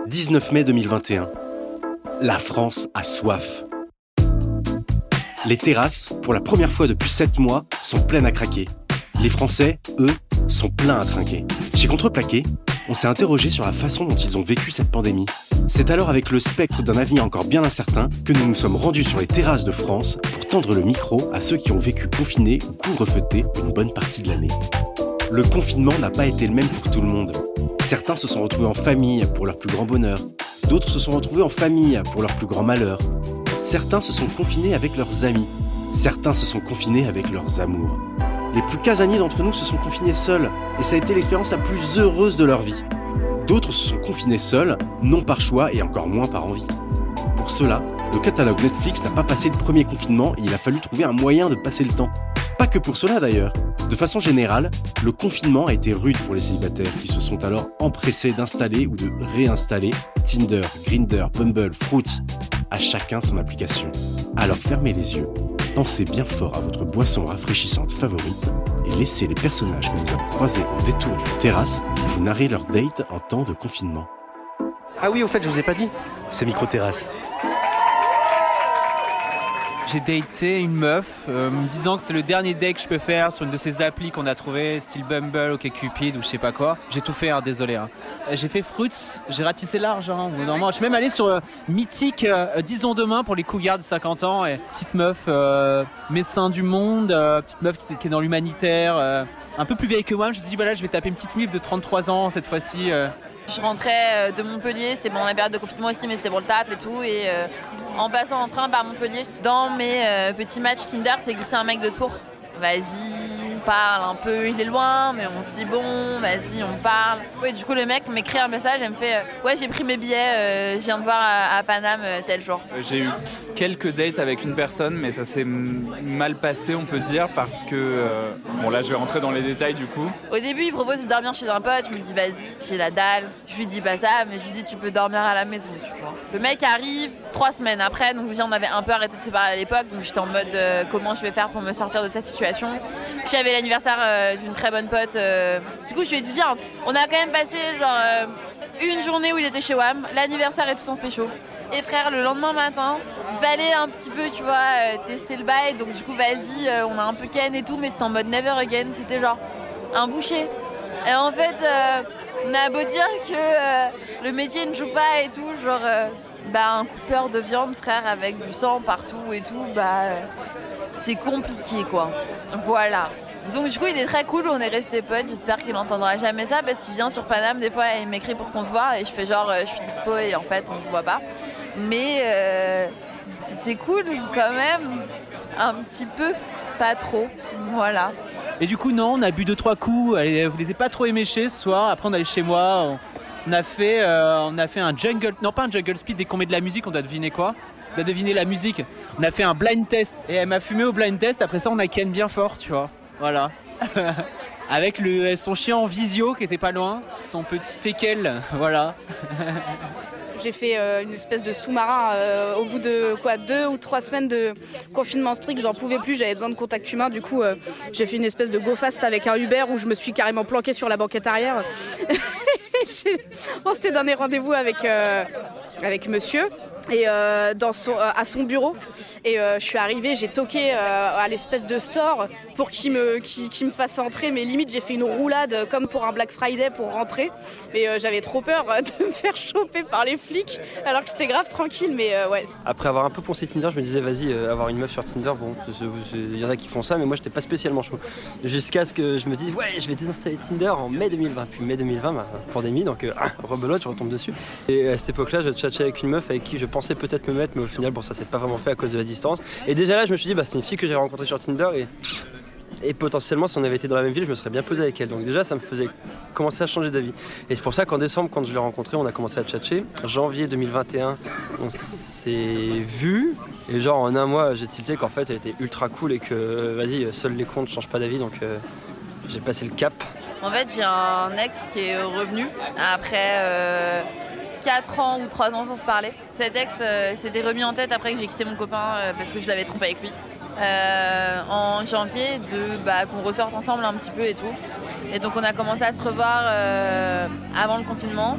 19 mai 2021. La France a soif. Les terrasses, pour la première fois depuis 7 mois, sont pleines à craquer. Les Français, eux, sont pleins à trinquer. Chez Contreplaqué, on s'est interrogé sur la façon dont ils ont vécu cette pandémie. C'est alors avec le spectre d'un avenir encore bien incertain que nous nous sommes rendus sur les terrasses de France pour tendre le micro à ceux qui ont vécu confinés ou couvre-feutés une bonne partie de l'année. Le confinement n'a pas été le même pour tout le monde. Certains se sont retrouvés en famille pour leur plus grand bonheur. D'autres se sont retrouvés en famille pour leur plus grand malheur. Certains se sont confinés avec leurs amis. Certains se sont confinés avec leurs amours. Les plus casaniers d'entre nous se sont confinés seuls, et ça a été l'expérience la plus heureuse de leur vie. D'autres se sont confinés seuls, non par choix et encore moins par envie. Pour cela, le catalogue Netflix n'a pas passé le premier confinement et il a fallu trouver un moyen de passer le temps. Pas que pour cela d'ailleurs. De façon générale, le confinement a été rude pour les célibataires qui se sont alors empressés d'installer ou de réinstaller Tinder, Grindr, Bumble, Fruits, à chacun son application. Alors fermez les yeux, pensez bien fort à votre boisson rafraîchissante favorite et laissez les personnages que nous avons croisés au détour d'une terrasse vous narrer leur date en temps de confinement. Ah oui, au fait, je vous ai pas dit, c'est Micro-Terrasse. J'ai daté une meuf, me disant que c'est le dernier date que je peux faire sur une de ces applis qu'on a trouvé, style Bumble, OkCupid ou je sais pas quoi. J'ai tout fait, désolé. J'ai fait Fruits, j'ai ratissé large. Je suis même allé sur Mythique, disons demain pour les cougars de 50 ans. Et petite meuf, médecin du monde, petite meuf qui est dans l'humanitaire, un peu plus vieille que moi. Je me suis dit voilà, je vais taper une petite mif de 33 ans cette fois-ci. Je rentrais de Montpellier, c'était pendant la période de confinement aussi, mais c'était pour le taf et tout. Et en passant en train par Montpellier, dans mes petits matchs Tinder, c'est glissé un mec de Tours. Vas-y, on parle un peu, il est loin, mais on se dit bon, vas-y, on parle. Oui, du coup, le mec m'écrit un message et me fait ouais, j'ai pris mes billets, je viens de voir à Paname tel jour. J'ai eu quelques dates avec une personne, mais ça s'est mal passé, on peut dire, parce que bon, là, je vais rentrer dans les détails du coup. Au début, il propose de dormir chez un pote, je me dis vas-y, j'ai la dalle. Je lui dis pas ça, mais je lui dis tu peux dormir à la maison, tu vois. Le mec arrive 3 semaines après, donc déjà on avait un peu arrêté de se parler à l'époque, donc j'étais en mode comment je vais faire pour me sortir de cette situation. J'avais l'anniversaire d'une très bonne pote. Du coup, je lui ai dit viens, on a quand même passé une journée où il était chez WAM, l'anniversaire et tout sans spécial. Et frère, le lendemain matin, il fallait un petit peu, tu vois, tester le bail. Donc du coup, vas-y, on a un peu ken et tout, mais c'était en mode never again. C'était genre un boucher. Et en fait, on a beau dire que le métier ne joue pas et tout, un coupeur de viande, frère, avec du sang partout et tout, c'est compliqué, quoi. Voilà. Donc du coup, il est très cool, on est restés potes. J'espère qu'il n'entendra jamais ça parce qu'il vient sur Paname des fois et il m'écrit pour qu'on se voit et je fais je suis dispo et en fait, on se voit pas. Mais c'était cool quand même, un petit peu, pas trop. Voilà. Et du coup, non, on a bu 2-3 coups. Vous n'étiez pas trop éméchés ce soir. Après, on allait chez moi. On a fait un jungle, non pas un jungle speed, dès qu'on met de la musique, on doit deviner quoi. On doit deviner la musique. On a fait un blind test et elle m'a fumé au blind test. Après ça, on a ken bien fort, tu vois. Voilà. Avec son chien en visio qui était pas loin, son petit teckel, voilà. J'ai fait une espèce de sous-marin au bout de 2 ou 3 semaines de confinement strict. J'en pouvais plus, j'avais besoin de contact humain. Du coup, j'ai fait une espèce de go fast avec un Uber où je me suis carrément planquée sur la banquette arrière. On s'était donné rendez-vous avec monsieur. Et à son bureau et je suis arrivée, j'ai toqué à l'espèce de store pour qu'il me fasse entrer, mais limite j'ai fait une roulade comme pour un Black Friday pour rentrer, mais j'avais trop peur de me faire choper par les flics alors que c'était grave tranquille, mais ouais. Après avoir un peu poncé Tinder, je me disais vas-y, avoir une meuf sur Tinder, bon, il y en a qui font ça, mais moi j'étais pas spécialement chaud, jusqu'à ce que je me dise ouais, je vais désinstaller Tinder en mai 2020, puis mai 2020, pandémie, donc rebelote, je retombe dessus, et à cette époque-là je tchatchais avec une meuf avec qui je pensais peut-être me mettre, mais au final bon, ça s'est pas vraiment fait à cause de la distance. Et déjà là je me suis dit c'était une fille que j'ai rencontrée sur Tinder et potentiellement si on avait été dans la même ville je me serais bien posé avec elle, donc déjà ça me faisait commencer à changer d'avis. Et c'est pour ça qu'en décembre, quand je l'ai rencontrée, on a commencé à tchatcher. Janvier 2021, on s'est vu et genre en un mois j'ai tilté qu'en fait elle était ultra cool et que vas-y, seuls les cons ne changent pas d'avis, donc j'ai passé le cap. En fait j'ai un ex qui est revenu après 4 ans ou 3 ans sans se parler. Cet ex s'était remis en tête après que j'ai quitté mon copain parce que je l'avais trompé avec lui. En janvier, qu'on ressorte ensemble un petit peu et tout. Et donc on a commencé à se revoir avant le confinement.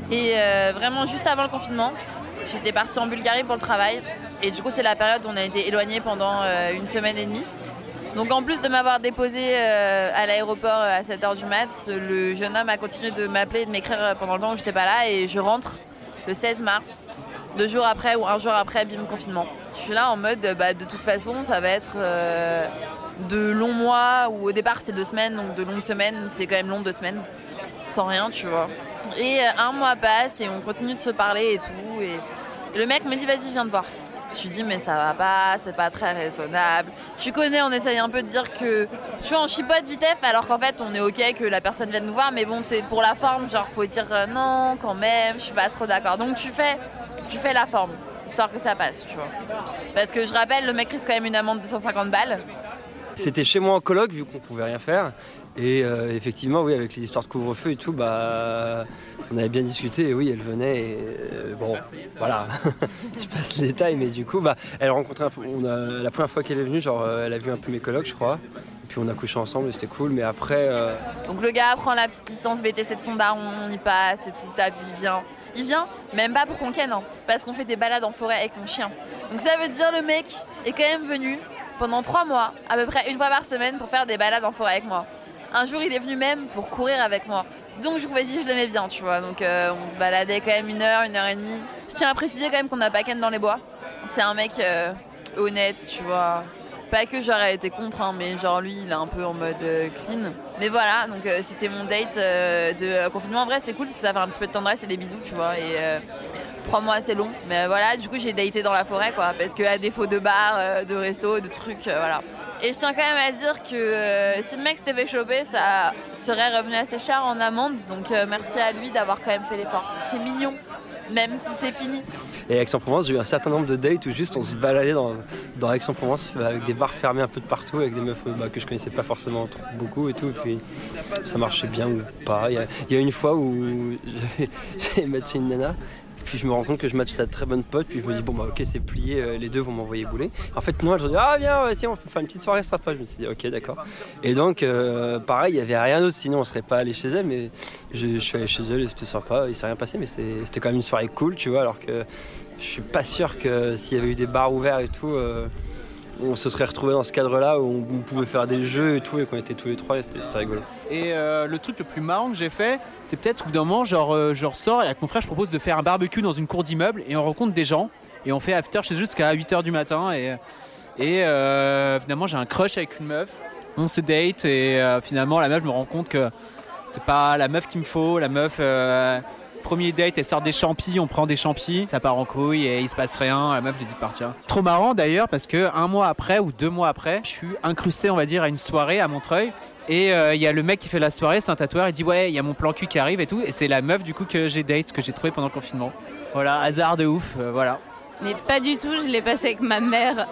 Et vraiment juste avant le confinement, j'étais partie en Bulgarie pour le travail. Et du coup, c'est la période où on a été éloignés pendant 1 semaine et demie. Donc en plus de m'avoir déposé à l'aéroport à 7h du mat, le jeune homme a continué de m'appeler et de m'écrire pendant le temps où j'étais pas là. Et je rentre le 16 mars, 2 jours après ou 1 jour après, bim, confinement. Je suis là en mode, de toute façon, ça va être de longs mois, ou au départ c'était 2 semaines, donc de longues semaines, c'est quand même long 2 semaines, sans rien, tu vois. Et 1 mois passe et on continue de se parler et tout. Et le mec me dit, vas-y, je viens te voir. Je lui dis mais ça va pas, c'est pas très raisonnable. Tu connais, on essaye un peu de dire que je suis en chipote vitef alors qu'en fait on est ok que la personne vienne nous voir, mais bon c'est pour la forme, genre faut dire non quand même, je suis pas trop d'accord. Donc tu fais la forme, histoire que ça passe, tu vois. Parce que je rappelle, le mec risque quand même une amende de 150 balles. C'était chez moi en coloc vu qu'on pouvait rien faire. Et effectivement, oui, avec les histoires de couvre-feu et tout, on avait bien discuté. Et oui, elle venait. Et bon, voilà, je passe les détails, mais du coup, elle rencontrait un peu. La première fois qu'elle est venue, genre, elle a vu un peu mes colocs, je crois. Et puis on a couché ensemble, et c'était cool. Mais après. Donc le gars prend la petite licence VTC de son daron, on y passe et tout. T'as vu, il vient, même pas pour qu'on ken, hein, parce qu'on fait des balades en forêt avec mon chien. Donc ça veut dire le mec est quand même venu pendant 3 mois, à peu près 1 fois par semaine, pour faire des balades en forêt avec moi. Un jour, il est venu même pour courir avec moi. Donc, je me dis, je l'aimais bien, tu vois. Donc, on se baladait quand même 1 heure, 1 heure et demie. Je tiens à préciser quand même qu'on n'a pas ken dans les bois. C'est un mec honnête, tu vois. Pas que j'aurais été contre, hein, mais genre lui, il est un peu en mode clean. Mais voilà, donc c'était mon date de confinement. En vrai, c'est cool, ça fait un petit peu de tendresse et des bisous, tu vois. Et 3 mois, c'est long. Mais voilà, du coup, j'ai daté dans la forêt, quoi. Parce qu'à défaut de bar, de resto, de trucs, voilà. Et je tiens quand même à dire que si le mec s'était fait choper, ça serait revenu assez cher en amende. Donc merci à lui d'avoir quand même fait l'effort. C'est mignon, même si c'est fini. Et à Aix-en-Provence, j'ai eu un certain nombre de dates où juste on se baladait dans Aix-en-Provence avec des bars fermés un peu de partout, avec des meufs que je connaissais pas forcément beaucoup et tout. Et puis ça marchait bien ou pas. Il y a une fois où j'avais matché une nana. Puis je me rends compte que je match sa très bonne pote, puis je me dis ok c'est plié, les deux vont m'envoyer bouler. En fait non, je me dis viens, si on peut faire une petite soirée sympa. Je me suis dit ok d'accord. Et donc pareil, il n'y avait rien d'autre, sinon on serait pas allé chez elle, mais je suis allé chez elle et c'était sympa, il s'est rien passé, mais c'était quand même une soirée cool, tu vois, alors que je suis pas sûr que s'il y avait eu des bars ouverts et tout, on se serait retrouvé dans ce cadre-là où on pouvait faire des jeux et tout, et qu'on était tous les 3 et c'était rigolo. Et le truc le plus marrant que j'ai fait, c'est peut-être au bout d'un moment, je ressors et avec mon frère, je propose de faire un barbecue dans une cour d'immeuble et on rencontre des gens et on fait after chez eux jusqu'à 8h du matin et finalement j'ai un crush avec une meuf, on se date et finalement la meuf, je me rends compte que c'est pas la meuf qu'il me faut, la meuf... Premier date, elle sort des champis, on prend des champis, ça part en couille et il se passe rien, la meuf lui dit de partir. Trop marrant d'ailleurs parce que 1 mois après ou 2 mois après, je suis incrusté on va dire à une soirée à Montreuil et il y a le mec qui fait la soirée, c'est un tatoueur, il dit ouais il y a mon plan cul qui arrive et tout et c'est la meuf du coup que j'ai date, que j'ai trouvé pendant le confinement. Voilà, hasard de ouf, voilà. Mais pas du tout, je l'ai passé avec ma mère.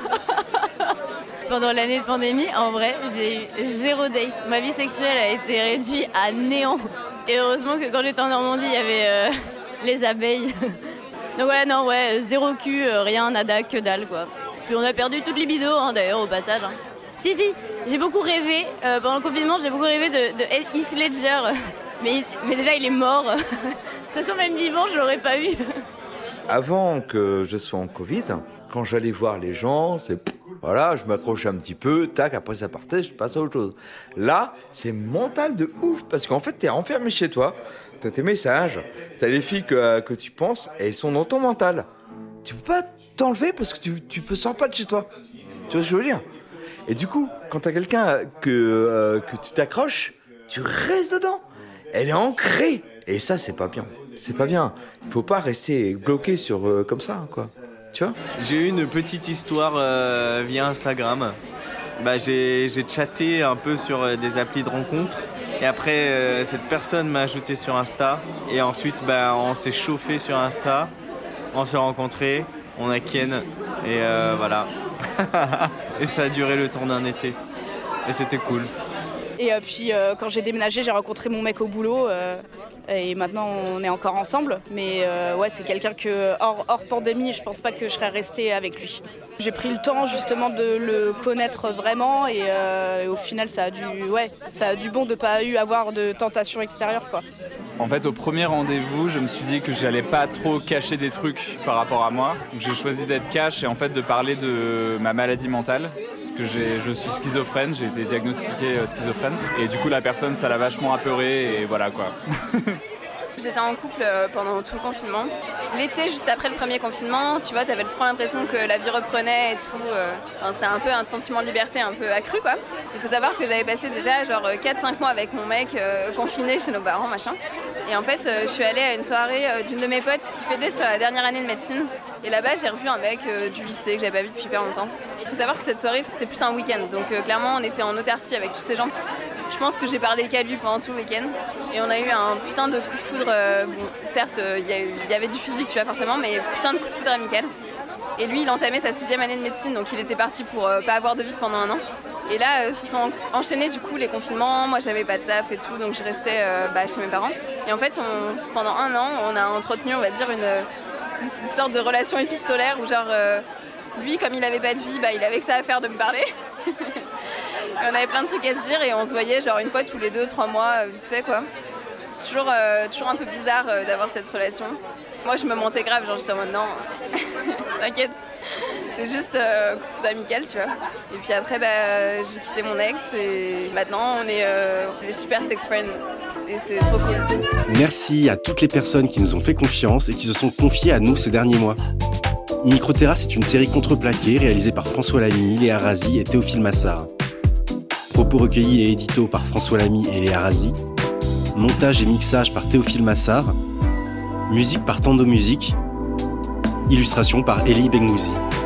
Pendant l'année de pandémie, en vrai, j'ai eu 0 date. Ma vie sexuelle a été réduite à néant. Et heureusement que quand j'étais en Normandie, il y avait les abeilles. Donc ouais, 0 cul, rien, nada, que dalle quoi. Puis on a perdu toute libido d'ailleurs au passage. Si, j'ai beaucoup rêvé, pendant le confinement, j'ai beaucoup rêvé de Heath Ledger. Mais déjà il est mort. De toute façon même vivant, je l'aurais pas eu. Avant que je sois en Covid, quand j'allais voir les gens, voilà, je m'accrochais un petit peu, tac, après ça partait, je passe à autre chose. Là, c'est mental de ouf, parce qu'en fait, t'es enfermé chez toi, t'as tes messages, t'as les filles que tu penses, et elles sont dans ton mental. Tu peux pas t'enlever parce que tu peux sortir pas de chez toi. Tu vois ce que je veux dire ? Et du coup, quand t'as quelqu'un que tu t'accroches, tu restes dedans. Elle est ancrée. Et ça, c'est pas bien. C'est pas bien. Il faut pas rester bloqué sur comme ça, quoi. Tu vois ? J'ai eu une petite histoire via Instagram. J'ai chatté un peu sur des applis de rencontres. Et après, cette personne m'a ajouté sur Insta. Et ensuite, on s'est chauffé sur Insta. On s'est rencontrés. On a ken. Et voilà. Et ça a duré le temps d'un été. Et c'était cool. Et puis quand j'ai déménagé, j'ai rencontré mon mec au boulot. Et maintenant, on est encore ensemble. Mais ouais, c'est quelqu'un que, hors pandémie, je pense pas que je serais restée avec lui. J'ai pris le temps justement de le connaître vraiment. Et au final, ça a du bon de pas avoir de tentation extérieure, quoi. En fait, au premier rendez-vous, je me suis dit que j'allais pas trop cacher des trucs par rapport à moi. Donc, j'ai choisi d'être cash et en fait de parler de ma maladie mentale. Parce que je suis schizophrène, j'ai été diagnostiqué schizophrène. Et du coup, la personne, ça l'a vachement apeuré et voilà quoi. J'étais en couple pendant tout le confinement. L'été, juste après le premier confinement, tu vois, t'avais trop l'impression que la vie reprenait et tout. C'est un peu un sentiment de liberté un peu accru, quoi. Il faut savoir que j'avais passé déjà genre 4-5 mois avec mon mec confiné chez nos parents, machin. Et en fait, je suis allée à une soirée d'une de mes potes qui fêtait sa dernière année de médecine. Et là-bas, j'ai revu un mec du lycée que j'avais pas vu depuis hyper longtemps. Il faut savoir que cette soirée, c'était plus un week-end. Donc clairement, on était en autarcie avec tous ces gens. Je pense que j'ai parlé qu'à lui pendant tout le week-end. Et on a eu un putain de coup de foudre. Bon, certes, il y avait du physique, tu vois, forcément, mais putain de coup de foudre amical. Et lui, il entamait sa 6e année de médecine, donc il était parti pour pas avoir de vie pendant un an. Et là, se sont enchaînés du coup les confinements. Moi, j'avais pas de taf et tout, donc je restais chez mes parents. Et en fait, pendant un an, on a entretenu, on va dire, une sorte de relation épistolaire où genre, lui, comme il avait pas de vie, il avait que ça à faire de me parler. On avait plein de trucs à se dire et on se voyait genre une fois tous les 2-3 mois, vite fait quoi. C'est toujours un peu bizarre d'avoir cette relation. Moi je me montais grave, genre j'étais en mode non, t'inquiète, c'est juste coup de foudre amical, tu vois. Et puis après j'ai quitté mon ex et maintenant on est des super sex friends et c'est trop cool. Merci à toutes les personnes qui nous ont fait confiance et qui se sont confiées à nous ces derniers mois. Microterrasse est une série contreplaquée réalisée par François Lamy, Léa Razi et Théophile Massard. Propos recueillis et éditos par François Lamy et Léa Razi. Montage et mixage par Théophile Massard. Musique par Tando Music. Illustration par Elie Bengouzi.